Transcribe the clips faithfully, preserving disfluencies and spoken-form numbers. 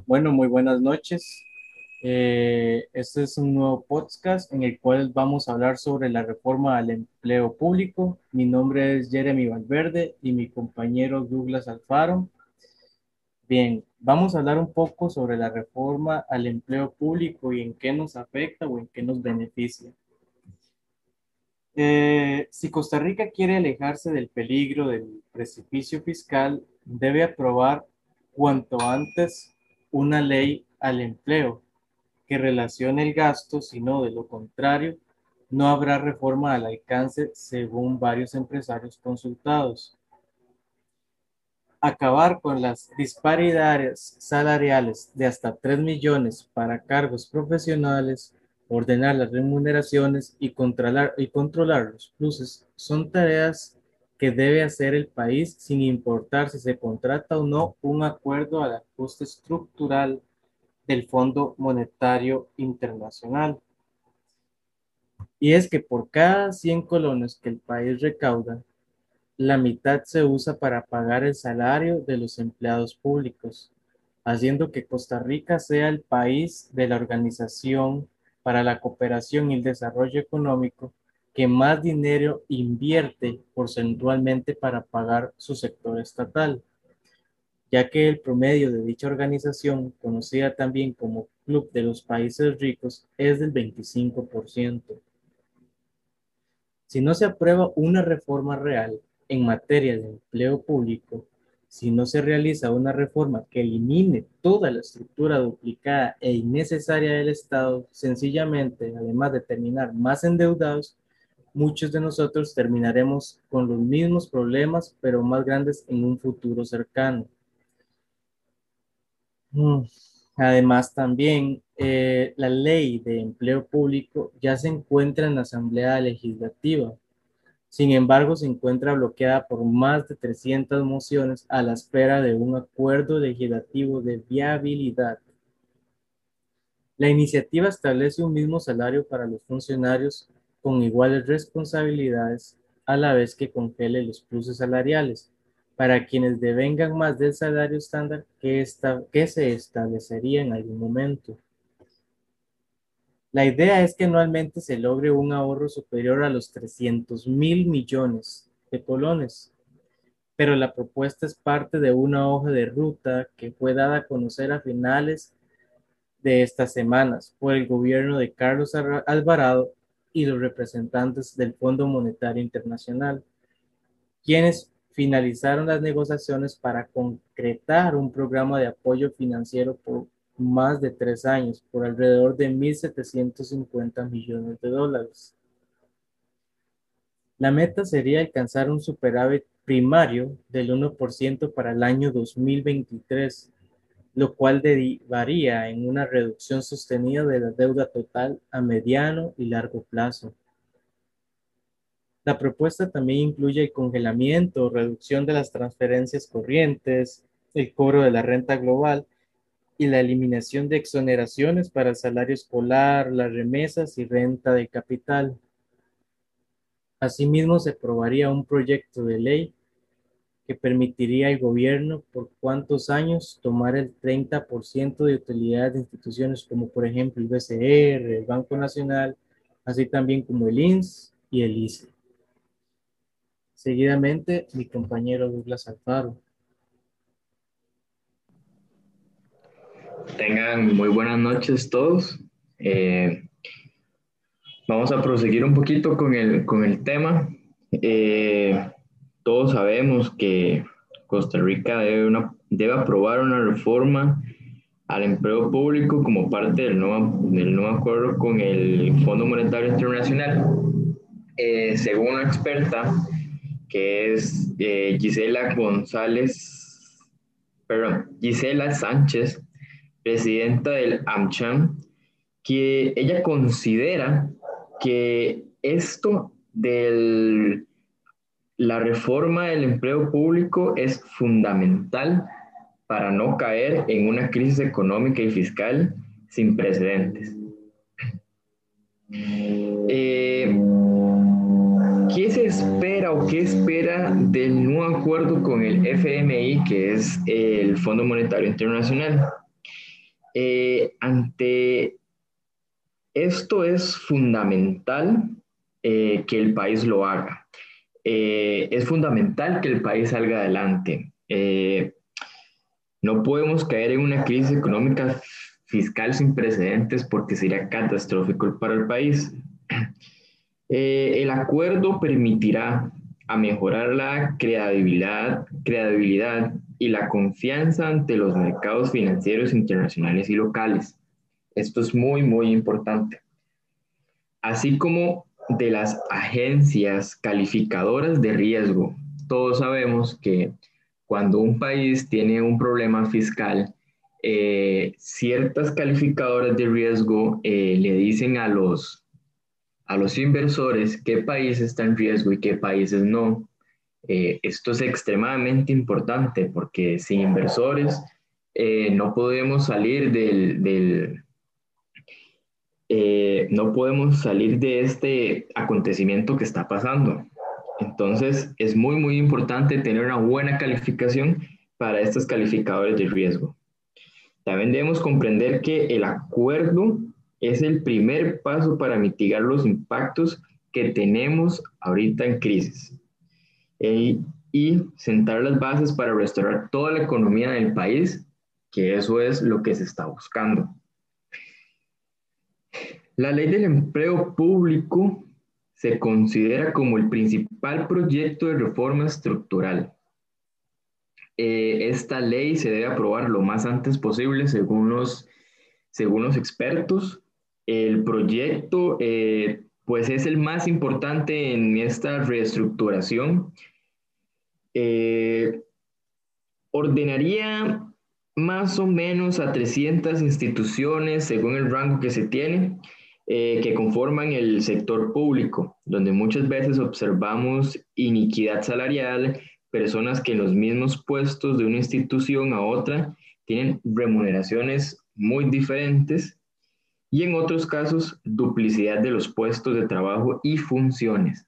Bueno, muy buenas noches. Eh, este es un nuevo podcast en el cual vamos a hablar sobre la reforma al empleo público. Mi nombre es Jeremy Valverde y mi compañero Douglas Alfaro. Bien, vamos a hablar un poco sobre la reforma al empleo público y en qué nos afecta o en qué nos beneficia. Eh, si Costa Rica quiere alejarse del peligro del precipicio fiscal, debe aprobar cuanto antes una ley al empleo que relacione el gasto, sino de lo contrario, no habrá reforma al alcance según varios empresarios consultados. Acabar con las disparidades salariales de hasta tres millones para cargos profesionales, ordenar las remuneraciones y controlar, y controlar los pluses son tareas que debe hacer el país sin importar si se contrata o no un acuerdo al ajuste estructural del Fondo Monetario Internacional. Y es que por cada cien colones que el país recauda, la mitad se usa para pagar el salario de los empleados públicos, haciendo que Costa Rica sea el país de la Organización para la Cooperación y el Desarrollo Económico que más dinero invierte porcentualmente para pagar su sector estatal, ya que el promedio de dicha organización, conocida también como Club de los Países Ricos, es del veinticinco por ciento. Si no se aprueba una reforma real en materia de empleo público, si no se realiza una reforma que elimine toda la estructura duplicada e innecesaria del Estado, sencillamente, además de terminar más endeudados, muchos de nosotros terminaremos con los mismos problemas, pero más grandes en un futuro cercano. Mm. Además, también eh, la ley de empleo público ya se encuentra en la Asamblea Legislativa. Sin embargo, se encuentra bloqueada por más de trescientas mociones a la espera de un acuerdo legislativo de viabilidad. La iniciativa establece un mismo salario para los funcionarios con iguales responsabilidades, a la vez que congele los pluses salariales para quienes devengan más del salario estándar que, esta, que se establecería en algún momento. La idea es que anualmente se logre un ahorro superior a los trescientos mil millones de colones, pero la propuesta es parte de una hoja de ruta que fue dada a conocer a finales de estas semanas por el gobierno de Carlos Alvarado y los representantes del Fondo Monetario Internacional, quienes finalizaron las negociaciones para concretar un programa de apoyo financiero por más de tres años, por alrededor de mil setecientos cincuenta millones de dólares. La meta sería alcanzar un superávit primario del uno por ciento para el año dos mil veintitrés, lo cual derivaría en una reducción sostenida de la deuda total a mediano y largo plazo. La propuesta también incluye el congelamiento o reducción de las transferencias corrientes, el cobro de la renta global y la eliminación de exoneraciones para el salario escolar, las remesas y renta de capital. Asimismo, se aprobaría un proyecto de ley que permitiría al gobierno por cuántos años tomar el treinta por ciento de utilidades de instituciones como por ejemplo el B C R, el Banco Nacional, así también como el I N S S y el I C E. Seguidamente, mi compañero Douglas Alfaro. Tengan muy buenas noches todos. Eh, vamos a proseguir un poquito con el, con el tema. Eh, todos sabemos que Costa Rica debe, una, debe aprobar una reforma al empleo público como parte del nuevo, del nuevo acuerdo con el Fondo Monetario Internacional. Eh, según una experta, que es eh, Gisela González, perdón, Gisela Sánchez, presidenta del AmCham, que ella considera que esto de la reforma del empleo público es fundamental para no caer en una crisis económica y fiscal sin precedentes. Eh, ¿Qué se espera o qué espera del nuevo acuerdo con el F M I, que es el Fondo Monetario Internacional? Eh, ante esto es fundamental eh, que el país lo haga. Eh, es fundamental que el país salga adelante. Eh, no podemos caer en una crisis económica fiscal sin precedentes porque sería catastrófico para el país. Eh, el acuerdo permitirá a mejorar la credibilidad, credibilidad y la confianza ante los mercados financieros internacionales y locales. Esto es muy, muy importante. Así como de las agencias calificadoras de riesgo. Todos sabemos que cuando un país tiene un problema fiscal, eh, ciertas calificadoras de riesgo eh, le dicen a los, a los inversores qué país está en riesgo y qué países no. Eh, esto es extremadamente importante porque sin inversores eh, no podemos salir del, del eh, no podemos salir de este acontecimiento que está pasando. Entonces, es muy, muy importante tener una buena calificación para estos calificadores de riesgo. También debemos comprender que el acuerdo es el primer paso para mitigar los impactos que tenemos ahorita en crisis eh, y sentar las bases para restaurar toda la economía del país, que eso es lo que se está buscando. La ley del empleo público se considera como el principal proyecto de reforma estructural. Eh, esta ley se debe aprobar lo más antes posible según los, según los expertos. El proyecto eh, pues es el más importante en esta reestructuración. Eh, ordenaría más o menos a trescientas instituciones según el rango que se tiene, eh, que conforman el sector público, donde muchas veces observamos iniquidad salarial, personas que en los mismos puestos de una institución a otra tienen remuneraciones muy diferentes y en otros casos duplicidad de los puestos de trabajo y funciones.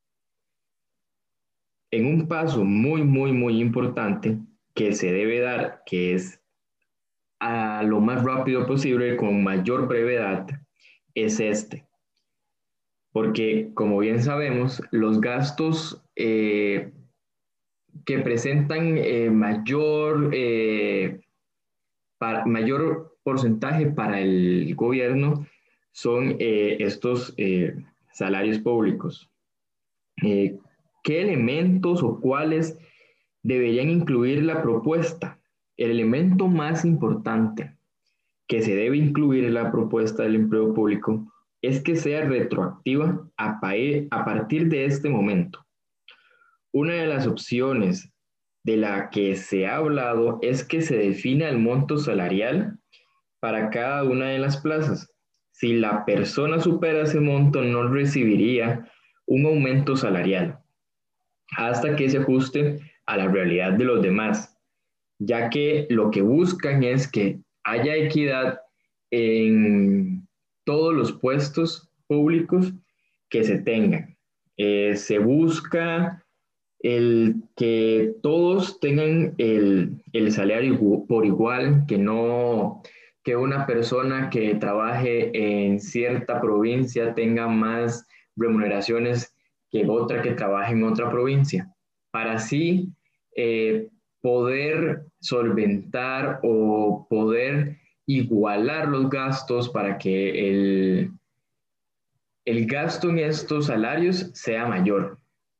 En un paso muy, muy, muy importante que se debe dar, que es a lo más rápido posible, con mayor brevedad, es este. Porque, como bien sabemos, los gastos eh, que presentan eh, mayor, eh, para, mayor porcentaje para el gobierno son eh, estos eh, salarios públicos. Eh, ¿Qué elementos o cuáles deberían incluir la propuesta? El elemento más importante que se debe incluir en la propuesta del empleo público es que sea retroactiva a, a partir de este momento. Una de las opciones de la que se ha hablado es que se defina el monto salarial para cada una de las plazas. Si la persona supera ese monto, no recibiría un aumento salarial hasta que se ajuste a la realidad de los demás, ya que lo que buscan es que haya equidad en todos los puestos públicos que se tengan. Eh, se busca el que todos tengan el, el salario por igual, que no que una persona que trabaje en cierta provincia tenga más remuneraciones que otra que trabaje en otra provincia, para así eh, poder solventar o poder igualar los gastos para que el, el gasto en estos salarios sea mayor.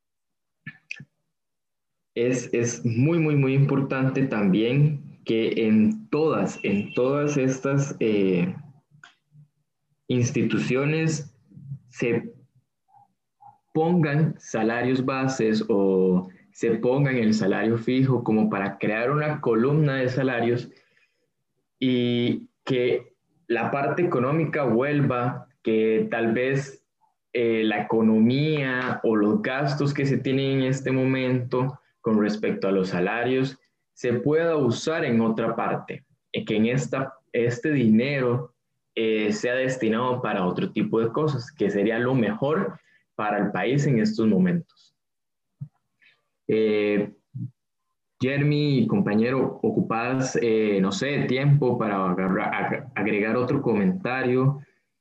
Es, es muy, muy, muy importante también que en todas, en todas estas eh, instituciones se pongan salarios bases o se pongan el salario fijo como para crear una columna de salarios y que la parte económica vuelva, que tal vez eh, la economía o los gastos que se tienen en este momento con respecto a los salarios se pueda usar en otra parte, y que en esta, este dinero eh, sea destinado para otro tipo de cosas, que sería lo mejor para el país en estos momentos. Eh, Jeremy, compañero, ocupas, eh, no sé, tiempo para agarrar- ag- agregar otro comentario.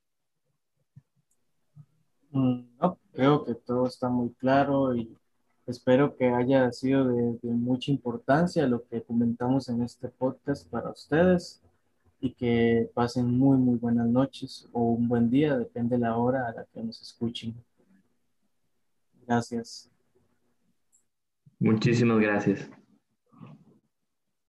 Mm, no, creo que todo está muy claro y espero que haya sido de, de mucha importancia lo que comentamos en este podcast para ustedes y que pasen muy, muy buenas noches o un buen día, depende de la hora a la que nos escuchen. Gracias. Muchísimas gracias.